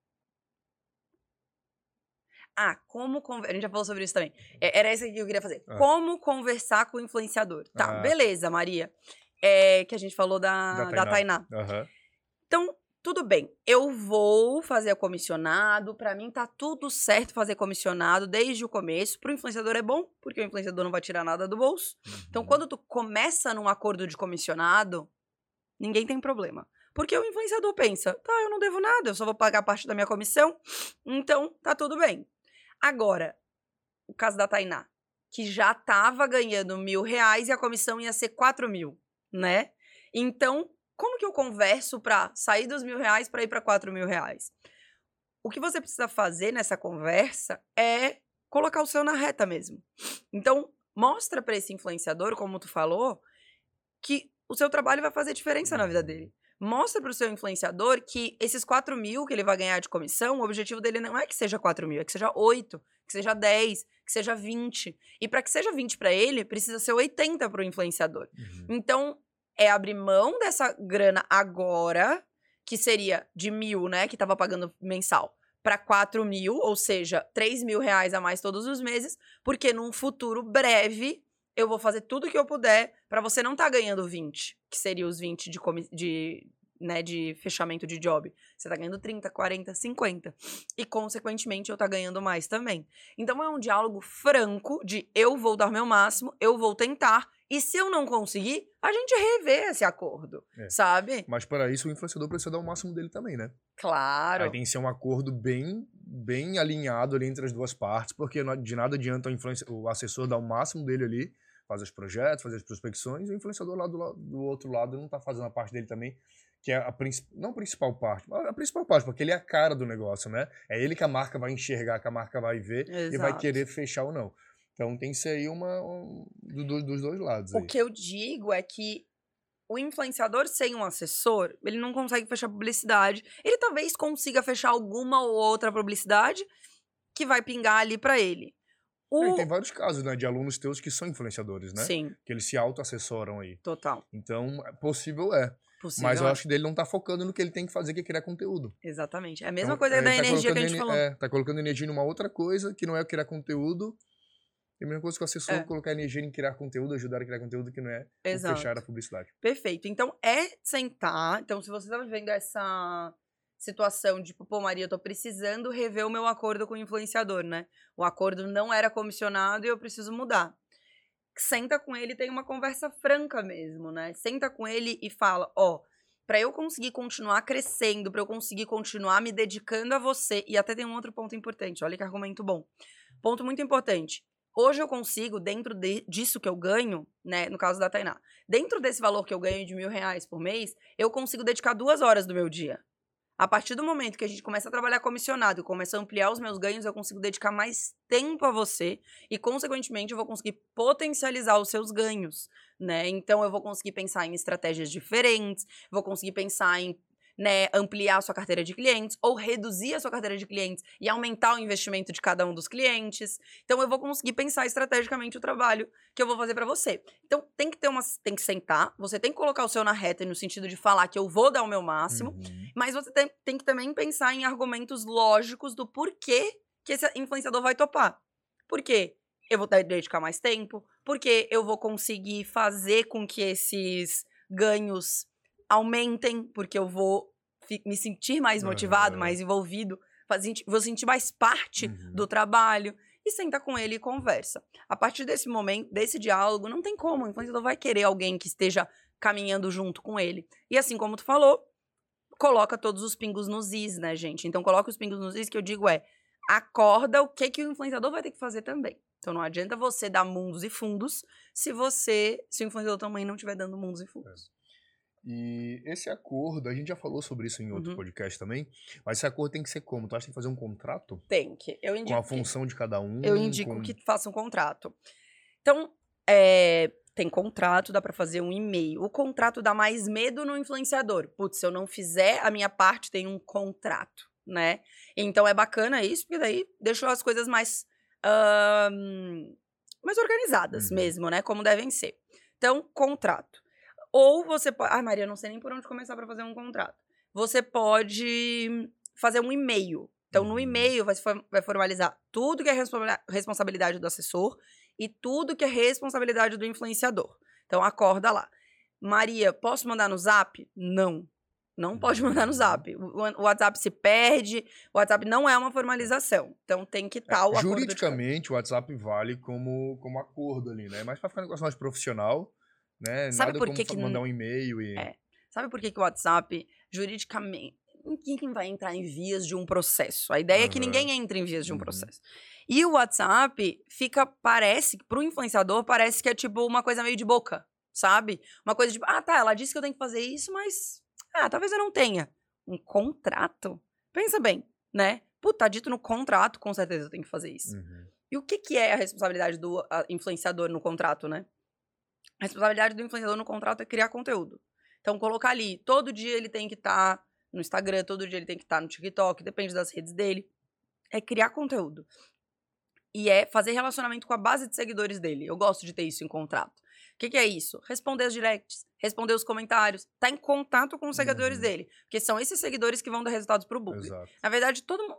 A gente já falou sobre isso também. Era isso que eu queria fazer. Como conversar com o influenciador. Tá, beleza, Maria. Que a gente falou da Tainá. Então, tudo bem, eu vou fazer comissionado, pra mim tá tudo certo fazer comissionado desde o começo. Pro influenciador é bom, porque o influenciador não vai tirar nada do bolso. Então, quando tu começa num acordo de comissionado, ninguém tem problema. Porque o influenciador pensa, tá, eu não devo nada, eu só vou pagar parte da minha comissão, então tá tudo bem. Agora, o caso da Tainá, que já tava ganhando R$1.000 e a comissão ia ser 4.000, né? Então, como que eu converso pra sair dos R$1.000 pra ir pra R$4.000? O que você precisa fazer nessa conversa é colocar o seu na reta mesmo. Então, mostra pra esse influenciador, como tu falou, que o seu trabalho vai fazer diferença na vida dele. Mostra pro seu influenciador que esses 4.000 que ele vai ganhar de comissão, o objetivo dele não é que seja 4.000, é que seja 8, que seja 10, que seja 20. E pra que seja 20 pra ele, precisa ser 80 pro influenciador. Então, é abrir mão dessa grana agora, que seria de 1.000, né, que tava pagando mensal, para 4.000, ou seja, R$3.000 a mais todos os meses, porque num futuro breve eu vou fazer tudo que eu puder para você não tá ganhando 20, que seria os 20 de fechamento de job. Você tá ganhando 30, 40, 50. E, consequentemente, eu tá ganhando mais também. Então, é um diálogo franco de eu vou dar meu máximo, eu vou tentar, e se eu não conseguir, a gente revê esse acordo, sabe? Mas para isso o influenciador precisa dar o máximo dele também, né? Claro. Aí tem que ser um acordo bem alinhado ali entre as duas partes, porque de nada adianta o assessor dar o máximo dele ali, fazer os projetos, fazer as prospecções, e o influenciador lá do outro lado não tá fazendo a parte dele também, que é não a principal parte, mas a principal parte, porque ele é a cara do negócio, né? É ele que a marca vai enxergar, que a marca vai ver e vai querer fechar ou não. Então tem que ser aí dos dois lados. O que eu digo é que o influenciador sem um assessor, ele não consegue fechar publicidade. Ele talvez consiga fechar alguma ou outra publicidade que vai pingar ali pra ele. Tem vários casos, né, de alunos teus que são influenciadores, né? Sim. Que eles se auto-assessoram aí. Total. Então, possível é. Mas eu acho que ele não tá focando no que ele tem que fazer, que é criar conteúdo. Exatamente. É a mesma coisa da energia que a gente falou. Tá colocando energia numa outra coisa, que não é criar conteúdo. É a mesma coisa que o assessor colocar energia em criar conteúdo, ajudar a criar conteúdo, que não é fechar a publicidade. Perfeito. Então, sentar. Então, se você tá vivendo situação de, pô, Maria, eu tô precisando rever o meu acordo com o influenciador, né? O acordo não era comissionado e eu preciso mudar. Senta com ele e tem uma conversa franca mesmo, né? Senta com ele e fala, ó, pra eu conseguir continuar crescendo, pra eu conseguir continuar me dedicando a você, e até tem um outro ponto importante, olha que argumento bom. Ponto muito importante. Hoje eu consigo, dentro disso que eu ganho, né, no caso da Tainá, dentro desse valor que eu ganho de R$1.000 por mês, eu consigo dedicar 2 horas do meu dia. A partir do momento que a gente começa a trabalhar comissionado e começa a ampliar os meus ganhos, eu consigo dedicar mais tempo a você e, consequentemente, eu vou conseguir potencializar os seus ganhos, né? Então, eu vou conseguir pensar em estratégias diferentes, vou conseguir pensar em, né, ampliar a sua carteira de clientes ou reduzir a sua carteira de clientes e aumentar o investimento de cada um dos clientes. Então, eu vou conseguir pensar estrategicamente o trabalho que eu vou fazer para você. Então, tem que sentar, você tem que colocar o seu na reta no sentido de falar que eu vou dar o meu máximo, mas você tem que também pensar em argumentos lógicos do porquê que esse influenciador vai topar. Por quê? Eu vou dedicar mais tempo, porque eu vou conseguir fazer com que esses ganhos aumentem, porque eu vou me sentir mais motivado, mais envolvido, vou sentir mais parte do trabalho. E senta com ele e conversa. A partir desse momento, desse diálogo, não tem como. O influenciador vai querer alguém que esteja caminhando junto com ele. E assim como tu falou, coloca todos os pingos nos is, né, gente? Então, coloca os pingos nos is, que eu digo acorda o que o influenciador vai ter que fazer também. Então, não adianta você dar mundos e fundos se o influenciador também não estiver dando mundos e fundos. E esse acordo, a gente já falou sobre isso em outro podcast também, mas esse acordo tem que ser como? Tu acha que tem que fazer um contrato? Tem que. Eu indico com a função de cada um? Eu indico que faça um contrato. Então, tem contrato, dá pra fazer um e-mail. O contrato dá mais medo no influenciador. Putz, se eu não fizer a minha parte, tem um contrato, né? Então, é bacana isso, porque daí deixou as coisas mais organizadas mesmo, né? Como devem ser. Então, contrato. Ou você pode... Ai, Maria, eu não sei nem por onde começar para fazer um contrato. Você pode fazer um e-mail. Então, no e-mail, vai formalizar tudo que é responsabilidade do assessor e tudo que é responsabilidade do influenciador. Então, acorda lá. Maria, posso mandar no Zap? Não. Não pode mandar no Zap. O WhatsApp se perde, o WhatsApp não é uma formalização. Então, tem que estar o acordo. Juridicamente, o WhatsApp vale como acordo ali, né? Mas para ficar um negócio mais profissional... Né? Sabe nada por como que mandar um e-mail e... Sabe por que o WhatsApp, juridicamente... Ninguém vai entrar em vias de um processo. A ideia é que ninguém entre em vias de um processo. E o WhatsApp parece, pro influenciador, parece que é tipo uma coisa meio de boca, sabe? Uma coisa tipo, ela disse que eu tenho que fazer isso, mas... talvez eu não tenha. Um contrato? Pensa bem, né? Tá dito no contrato, com certeza eu tenho que fazer isso. E o que é a responsabilidade do influenciador no contrato, né? A responsabilidade do influenciador no contrato é criar conteúdo. Então, colocar ali, todo dia ele tem que estar no Instagram, todo dia ele tem que estar no TikTok, depende das redes dele. É criar conteúdo. E é fazer relacionamento com a base de seguidores dele. Eu gosto de ter isso em contrato. O que é isso? Responder os directs, responder os comentários, tá em contato com os seguidores dele. Porque são esses seguidores que vão dar resultados pro Publi. Na verdade,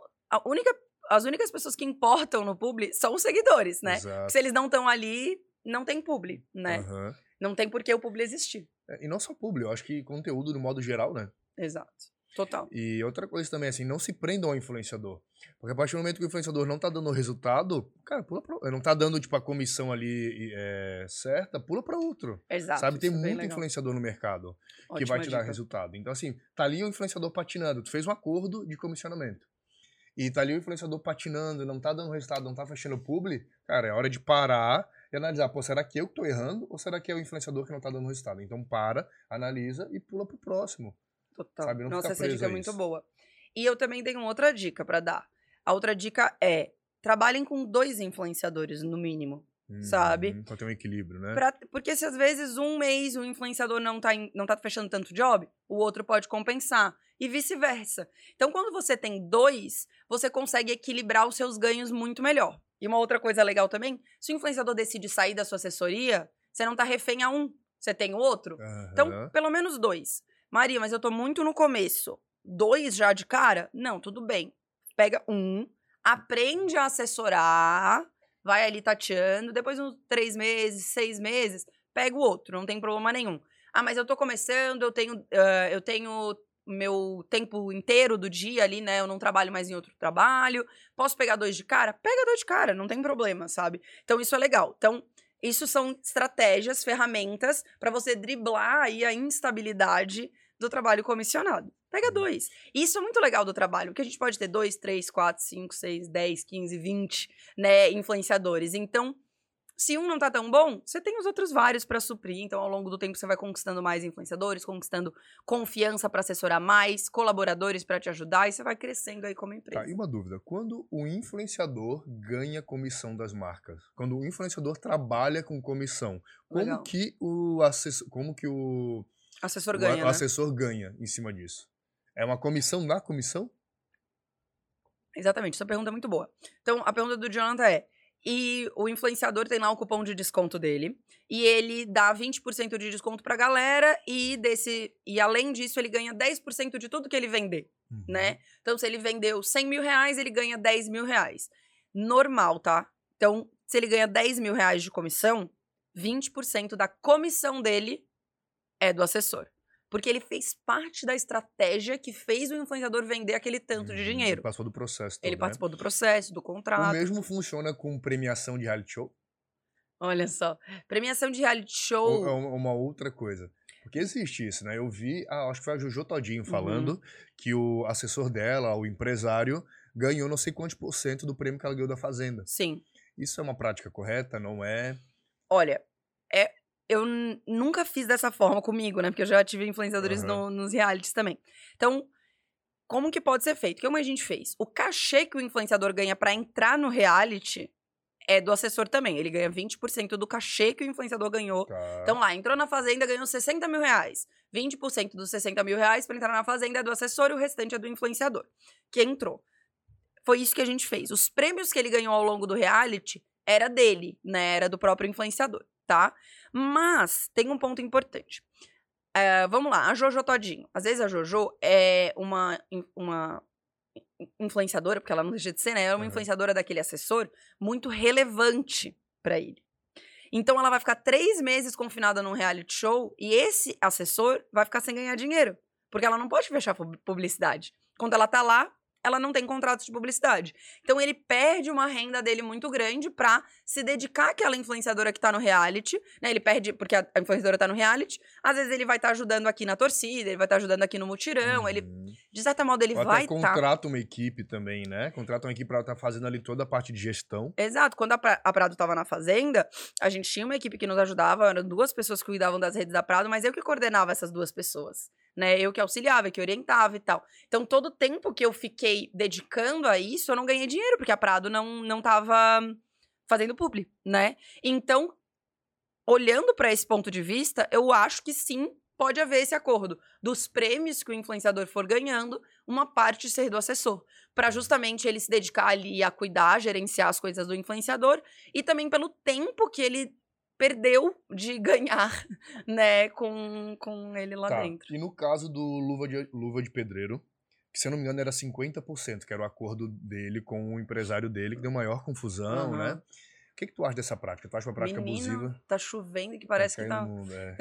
as únicas pessoas que importam no Publi são os seguidores, né? Porque se eles não estão ali... não tem publi, né? Não tem por que o publi existir. E não só publi, eu acho que conteúdo no modo geral, né? Exato. Total. E outra coisa também, assim, não se prendam ao influenciador. Porque a partir do momento que o influenciador não tá dando resultado, cara, não tá dando, tipo, a comissão ali certa, pula pra outro. Exato. Sabe? Tem muito influenciador no mercado que vai te dar resultado. Então, assim, tá ali o influenciador patinando, tu fez um acordo de comissionamento. E tá ali o influenciador patinando, não tá dando resultado, não tá fechando publi, cara, é hora de parar e analisar, será que eu que tô errando ou será que é o influenciador que não tá dando resultado? Então para, analisa e pula pro próximo. Total. Sabe? Não Nossa, fica essa dica é preso a muito boa. E eu também tenho outra dica pra dar. A outra dica é, trabalhem com 2 influenciadores, no mínimo. Sabe? Pra ter um equilíbrio, né? Porque se às vezes um mês o influenciador não tá fechando tanto job, o outro pode compensar. E vice-versa. Então, quando você tem 2, você consegue equilibrar os seus ganhos muito melhor. E uma outra coisa legal também, se o influenciador decide sair da sua assessoria, você não tá refém a um, você tem o outro. Então, pelo menos 2. Maria, mas eu tô muito no começo. 2 já de cara? Não, tudo bem. Pega um, aprende a assessorar, vai ali tateando, depois uns 3 meses, 6 meses, pega o outro, não tem problema nenhum. Mas eu tô começando, eu tenho meu tempo inteiro do dia ali, né? Eu não trabalho mais em outro trabalho. Posso pegar 2 de cara? Pega 2 de cara, não tem problema, sabe? Então, isso é legal. Então, isso são estratégias, ferramentas para você driblar aí a instabilidade do trabalho comissionado. Pega 2. Isso é muito legal do trabalho, porque a gente pode ter 2, 3, 4, 5, 6, 10, 15, 20, né, influenciadores. Então, se um não tá tão bom, você tem os outros vários para suprir. Então, ao longo do tempo, você vai conquistando mais influenciadores, conquistando confiança para assessorar mais, colaboradores para te ajudar, e você vai crescendo aí como empresa. Tá, e uma dúvida, quando o influenciador ganha comissão das marcas, quando o influenciador trabalha com comissão, como que o assessor ganha, o assessor ganha em cima disso? É uma comissão na comissão? Exatamente, essa pergunta é muito boa. Então, a pergunta do Jonathan é: e o influenciador tem lá o cupom de desconto dele, e ele dá 20% de desconto pra galera, e além disso, ele ganha 10% de tudo que ele vender, né? Então, se ele vendeu 100 mil reais, ele ganha 10 mil reais. Normal, tá? Então, se ele ganha 10 mil reais de comissão, 20% da comissão dele é do assessor. Porque ele fez parte da estratégia que fez o influenciador vender aquele tanto de dinheiro. Ele participou do processo todo, Ele participou do processo, do contrato. O mesmo funciona com premiação de reality show? Olha só. Premiação de reality show... Ou é uma outra coisa. Porque existe isso, né? Eu vi, acho que foi a Jojo Todinho falando que o assessor dela, o empresário, ganhou não sei quantos % do prêmio que ela ganhou da Fazenda. Sim. Isso é uma prática correta? Não é? Olha, eu nunca fiz dessa forma comigo, né? Porque eu já tive influenciadores nos realities também. Então, como que pode ser feito? Como a gente fez? O cachê que o influenciador ganha pra entrar no reality é do assessor também. Ele ganha 20% do cachê que o influenciador ganhou. Tá. Então lá, entrou na Fazenda, ganhou 60 mil reais. 20% dos 60 mil reais pra entrar na Fazenda é do assessor e o restante é do influenciador, que entrou. Foi isso que a gente fez. Os prêmios que ele ganhou ao longo do reality era dele, né? Era do próprio influenciador, tá? Mas tem um ponto importante. Vamos lá, a Jojo Todinho. Às vezes a Jojo é uma influenciadora, porque ela não deixa de ser, né? Ela é uma influenciadora daquele assessor muito relevante pra ele. Então ela vai ficar 3 meses confinada num reality show e esse assessor vai ficar sem ganhar dinheiro. Porque ela não pode fechar publicidade. Quando ela tá lá, ela não tem contrato de publicidade. Então ele perde uma renda dele muito grande pra se dedicar àquela influenciadora que tá no reality, né? Ele perde porque a influenciadora tá no reality. Às vezes ele vai estar ajudando aqui na torcida, ele vai estar ajudando aqui no mutirão, ele, de certa modo, ele vai estar... contrata uma equipe também, né? Contrata uma equipe pra estar fazendo ali toda a parte de gestão. Exato. Quando a Prado tava na Fazenda, a gente tinha uma equipe que nos ajudava, eram 2 pessoas que cuidavam das redes da Prado, mas eu que coordenava essas 2 pessoas, né? Eu que auxiliava, que orientava e tal. Então, todo o tempo que eu fiquei dedicando a isso, eu não ganhei dinheiro, porque a Prado não tava fazendo publi, né? Então, olhando pra esse ponto de vista, eu acho que sim, pode haver esse acordo dos prêmios que o influenciador for ganhando, uma parte ser do assessor, pra justamente ele se dedicar ali a cuidar, gerenciar as coisas do influenciador, e também pelo tempo que ele perdeu de ganhar, né, com ele lá dentro. E no caso do Luva de Pedreiro, que se eu não me engano era 50%, que era o acordo dele com o empresário dele, que deu maior confusão, né? O que tu acha dessa prática? Tu acha uma prática abusiva? Tá chovendo que parece que tá...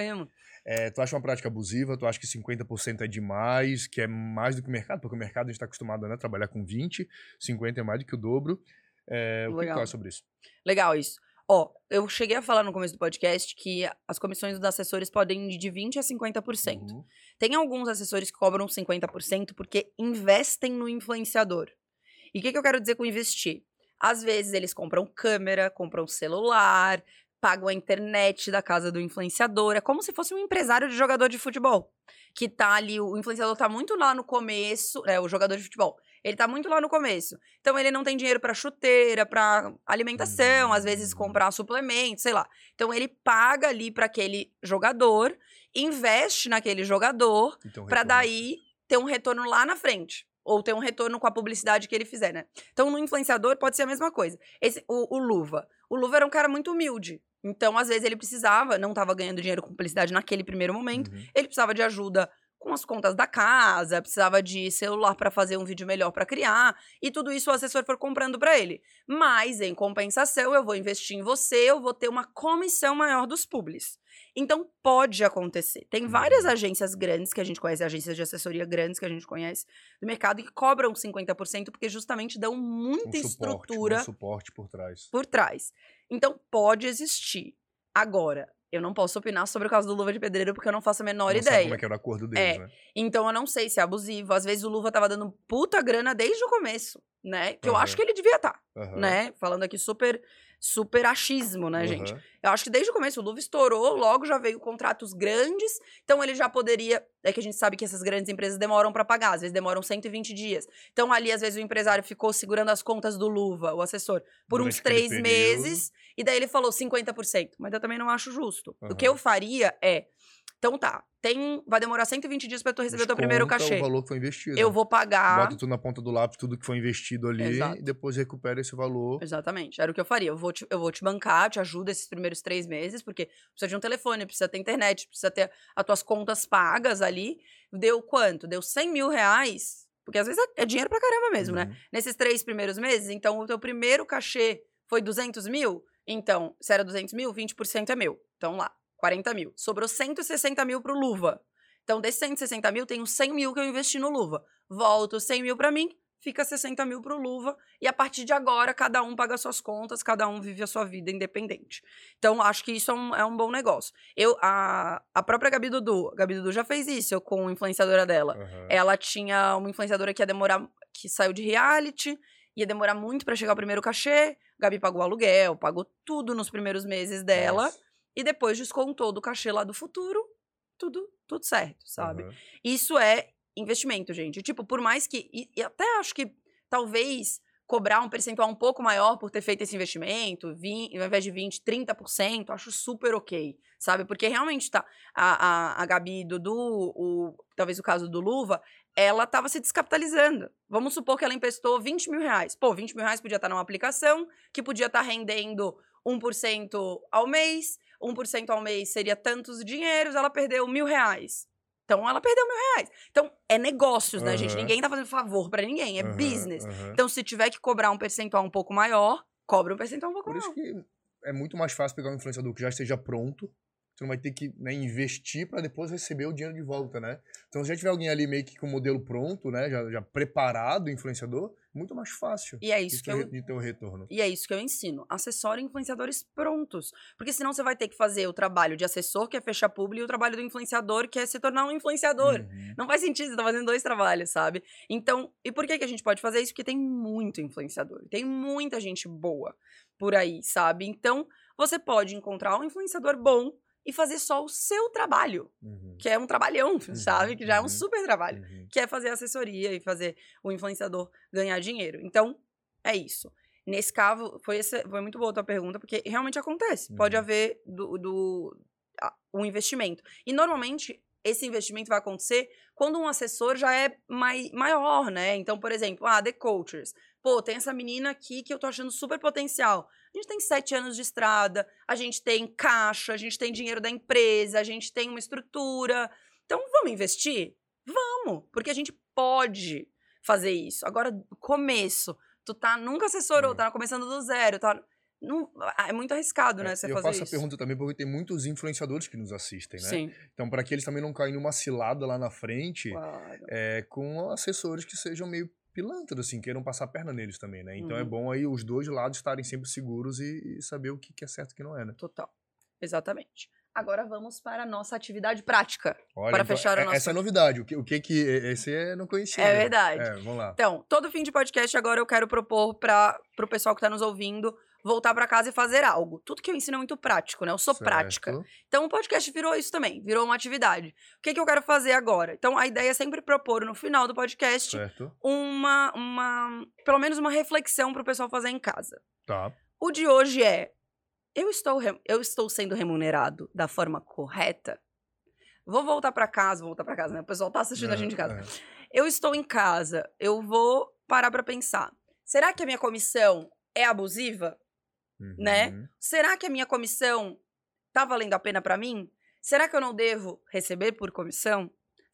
Tu acha uma prática abusiva? Tu acha que 50% é demais, que é mais do que o mercado? Porque o mercado a gente tá acostumado, né, a trabalhar com 20%, 50% é mais do que o dobro. O que tu acha sobre isso? Legal isso. Ó, eu cheguei a falar no começo do podcast que as comissões dos assessores podem ir de 20% a 50%. Tem alguns assessores que cobram 50% porque investem no influenciador. E o que eu quero dizer com investir? Às vezes eles compram câmera, compram celular, pagam a internet da casa do influenciador. É como se fosse um empresário de jogador de futebol. Que tá ali, o influenciador tá muito lá no começo, o jogador de futebol. Ele tá muito lá no começo. Então, ele não tem dinheiro pra chuteira, pra alimentação, às vezes comprar suplementos, sei lá. Então, ele paga ali pra aquele jogador, investe naquele jogador, pra daí ter um retorno lá na frente. Ou ter um retorno com a publicidade que ele fizer, né? Então, no influenciador, pode ser a mesma coisa. O Luva. O Luva era um cara muito humilde. Então, às vezes, ele precisava, não tava ganhando dinheiro com publicidade naquele primeiro momento, ele precisava de ajuda com as contas da casa, precisava de celular para fazer um vídeo melhor para criar, e tudo isso o assessor for comprando para ele. Mas, em compensação, eu vou investir em você, eu vou ter uma comissão maior dos publis. Então, pode acontecer. Tem várias agências grandes que a gente conhece, agências de assessoria grandes que a gente conhece do mercado, que cobram 50% porque justamente dão muita estrutura. Suporte por trás. Por trás. Então, pode existir. Agora, eu não posso opinar sobre o caso do Luva de Pedreiro porque eu não faço a menor Não ideia. sabe como é que era o acordo deles, né? Então eu não sei se é abusivo. Às vezes o Luva tava dando puta grana desde o começo, né? Que eu acho que ele devia estar, né? Falando aqui super achismo, né, gente? Eu acho que desde o começo o Luva estourou, logo já veio contratos grandes, então ele já poderia... É que a gente sabe que essas grandes empresas demoram pra pagar, às vezes demoram 120 dias. Então ali, às vezes, o empresário ficou segurando as contas do Luva, o assessor, por Durante uns 3 meses, e daí ele falou 50%. Mas eu também não acho justo. O que eu faria é... Então tá, vai demorar 120 dias pra tu receber o teu primeiro cachê. O valor que foi investido. Eu vou pagar... Bota tudo na ponta do lápis, tudo que foi investido ali, e depois recupera esse valor. Exatamente, era o que eu faria. Eu vou te bancar, te ajudo esses primeiros 3 meses, porque precisa de um telefone, precisa ter internet, precisa ter as tuas contas pagas ali. Deu quanto? Deu 100 mil reais, porque às vezes é dinheiro pra caramba mesmo, né? Nesses 3 primeiros meses, então o teu primeiro cachê foi 200 mil, então, se era 200 mil, 20% é meu. Então lá, 40 mil. Sobrou 160 mil pro Luva. Então, desses 160 mil, tem os 100 mil que eu investi no Luva. Volto 100 mil pra mim, fica 60 mil pro Luva. E a partir de agora, cada um paga suas contas, cada um vive a sua vida independente. Então, acho que isso é um bom negócio. A própria Gabi Dudu já fez isso com a influenciadora dela. Ela tinha uma influenciadora que ia demorar, que saiu de reality, ia demorar muito pra chegar o primeiro cachê. Gabi pagou aluguel, pagou tudo nos primeiros meses dela. E depois descontou do cachê lá do futuro, tudo certo, sabe? Isso é investimento, gente. Tipo, por mais que... E até acho que talvez cobrar um percentual um pouco maior por ter feito esse investimento, ao invés de 20%, 30%, acho super ok, sabe? Porque realmente tá... A Gabi, Dudu, talvez o caso do Luva, ela tava se descapitalizando. Vamos supor que ela emprestou 20 mil reais. Pô, 20 mil reais podia estar numa aplicação, que podia estar rendendo 1% ao mês... 1% ao mês seria tantos dinheiros, ela perdeu 1.000 reais. Então, ela perdeu 1.000 reais. Então, é negócios, né, gente? Ninguém tá fazendo favor pra ninguém, é business. Então, se tiver que cobrar um percentual um pouco maior, cobra um percentual um pouco maior. Por isso que é muito mais fácil pegar um influenciador que já esteja pronto, você não vai ter que, né, investir pra depois receber o dinheiro de volta, né? Então, se já tiver alguém ali meio que com o modelo pronto, né, já preparado, o influenciador, muito mais fácil e é isso de ter o retorno. E é isso que eu ensino. Assessore influenciadores prontos. Porque senão você vai ter que fazer o trabalho de assessor, que é fechar publi, e o trabalho do influenciador, que é se tornar um influenciador. Não faz sentido, você tá fazendo 2 trabalhos, sabe? Então, e por que a gente pode fazer isso? Porque tem muito influenciador. Tem muita gente boa por aí, sabe? Então, você pode encontrar um influenciador bom e fazer só o seu trabalho, que é um trabalhão, sabe? Que já é um super trabalho, que é fazer assessoria e fazer o influenciador ganhar dinheiro. Então, é isso. Nesse caso, foi muito boa a tua pergunta, porque realmente acontece. Pode haver um investimento. E, normalmente, esse investimento vai acontecer quando um assessor já é maior, né? Então, por exemplo, The Coachers. Pô, tem essa menina aqui que eu tô achando super potencial. A gente tem 7 anos de estrada, a gente tem caixa, a gente tem dinheiro da empresa, a gente tem uma estrutura. Então, vamos investir? Vamos! Porque a gente pode fazer isso. Agora, começo, tu nunca assessorou, tá começando do zero, não, é muito arriscado, né, você fazer isso. Eu faço essa pergunta também porque tem muitos influenciadores que nos assistem, né? Sim. Então, para que eles também não caem numa cilada lá na frente, com assessores que sejam meio pilantras, assim, queiram passar a perna neles também, né? Então, é bom aí os dois lados estarem sempre seguros e saber o que é certo e o que não é, né? Total. Exatamente. Agora vamos para a nossa atividade prática. Olha, para então, fechar o nosso... Essa é a novidade. Esse eu não conhecia. É verdade. Vamos lá. Então, todo fim de podcast agora eu quero propor para o pessoal que tá nos ouvindo voltar para casa e fazer algo. Tudo que eu ensino é muito prático, né? Eu sou prática. Então, o podcast virou isso também. Virou uma atividade. O que eu quero fazer agora? Então, a ideia é sempre propor no final do podcast pelo menos uma reflexão para o pessoal fazer em casa. Tá. O de hoje é: eu estou sendo remunerado da forma correta? Vou voltar pra casa, né? O pessoal tá assistindo a gente em casa. Eu estou em casa, eu vou parar pra pensar. Será que a minha comissão é abusiva? Né? Será que a minha comissão tá valendo a pena pra mim? Será que eu não devo receber por comissão?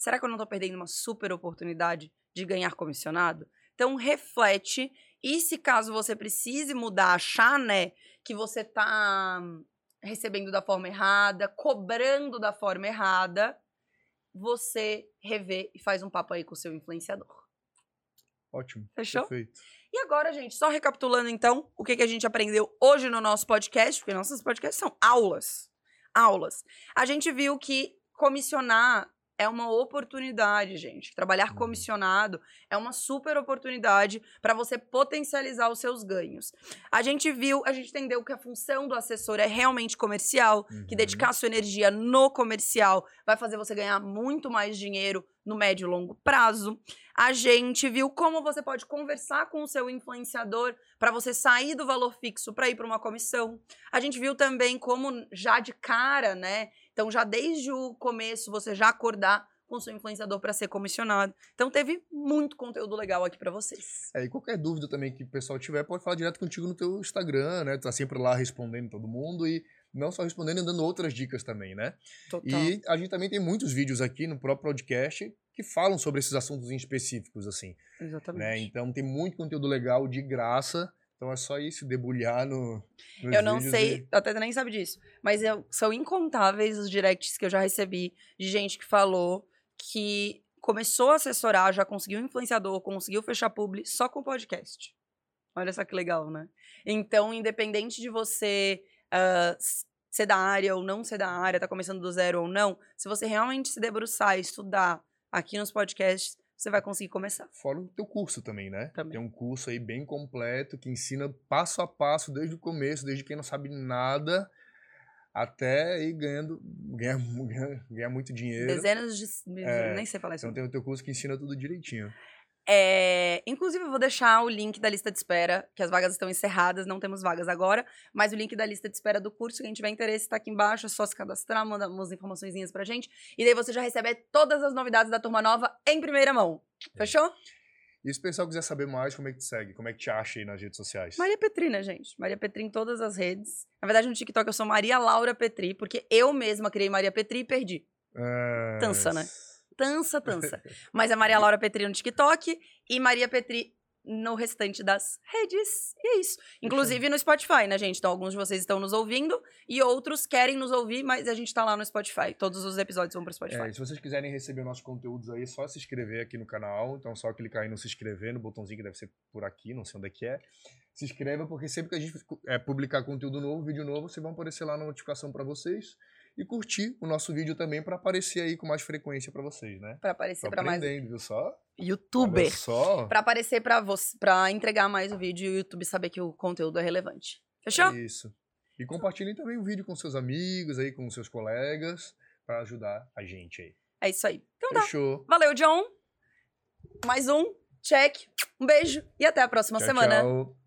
será que eu não tô perdendo uma super oportunidade de ganhar comissionado? Então, reflete. E se caso você precise mudar, achar, né, que você tá recebendo da forma errada, cobrando da forma errada, você revê e faz um papo aí com o seu influenciador. Ótimo. Fechou? Perfeito. E agora, gente, só recapitulando então o que a gente aprendeu hoje no nosso podcast, porque nossos podcasts são aulas. Aulas. A gente viu que comissionar é uma oportunidade, gente. Trabalhar comissionado é uma super oportunidade para você potencializar os seus ganhos. A gente entendeu que a função do assessor é realmente comercial, que dedicar sua energia no comercial vai fazer você ganhar muito mais dinheiro no médio e longo prazo. A gente viu como você pode conversar com o seu influenciador para você sair do valor fixo para ir para uma comissão. A gente viu também como já de cara, né? Então, já desde o começo, você já acordar com o seu influenciador para ser comissionado. Então, teve muito conteúdo legal aqui para vocês. E qualquer dúvida também que o pessoal tiver, pode falar direto contigo no teu Instagram, né? Tu tá sempre lá respondendo todo mundo e não só respondendo e dando outras dicas também, né? Total. E a gente também tem muitos vídeos aqui no próprio podcast que falam sobre esses assuntos em específicos, assim. Exatamente. Né? Então, tem muito conteúdo legal de graça. Então é só isso, debulhar nos Eu não vídeos sei, até nem sabe disso, mas são incontáveis os directs que eu já recebi de gente que falou que começou a assessorar, já conseguiu influenciador, conseguiu fechar publi só com podcast. Olha só que legal, né? Então, independente de você ser da área ou não ser da área, tá começando do zero ou não, se você realmente se debruçar e estudar aqui nos podcasts, você vai conseguir começar. Fora o teu curso também, né? Também. Tem um curso aí bem completo que ensina passo a passo, desde o começo, desde quem não sabe nada, até ir ganhar muito dinheiro. Dezenas de... nem sei falar isso. Então tem o teu curso que ensina tudo direitinho. Inclusive, eu vou deixar o link da lista de espera, que as vagas estão encerradas, não temos vagas agora, mas o link da lista de espera do curso, quem tiver interesse, tá aqui embaixo, é só se cadastrar, manda umas informaçõezinhas pra gente, e daí você já recebe todas as novidades da turma nova em primeira mão. Fechou? E se o pessoal quiser saber mais, como é que te segue? Como é que te acha aí nas redes sociais? Maria Petri, né, gente? Maria Petri em todas as redes. Na verdade, no TikTok eu sou Maria Laura Petri, porque eu mesma criei Maria Petri e perdi. Tansa, né? Tansa. Mas é Maria Laura Petri no TikTok e Maria Petri no restante das redes. E é isso. Inclusive no Spotify, né, gente? Então, alguns de vocês estão nos ouvindo e outros querem nos ouvir, mas a gente tá lá no Spotify. Todos os episódios vão pro Spotify. E se vocês quiserem receber nossos conteúdos aí, é só se inscrever aqui no canal. Então, só clicar aí no se inscrever, no botãozinho que deve ser por aqui, não sei onde é que é. Se inscreva, porque sempre que a gente publicar conteúdo novo, vídeo novo, vocês vão aparecer lá na notificação pra vocês. E curtir o nosso vídeo também pra aparecer aí com mais frequência pra vocês, né? Pra aparecer pra mais... viu só? YouTuber. Olha só. Pra aparecer pra entregar mais o vídeo e o YouTube saber que o conteúdo é relevante. Fechou? É isso. E compartilhem também o vídeo com seus amigos aí, com seus colegas, pra ajudar a gente aí. É isso aí. Então Fechou. tá. Valeu, John. Mais um. Check. Um beijo e até a próxima semana. Tchau.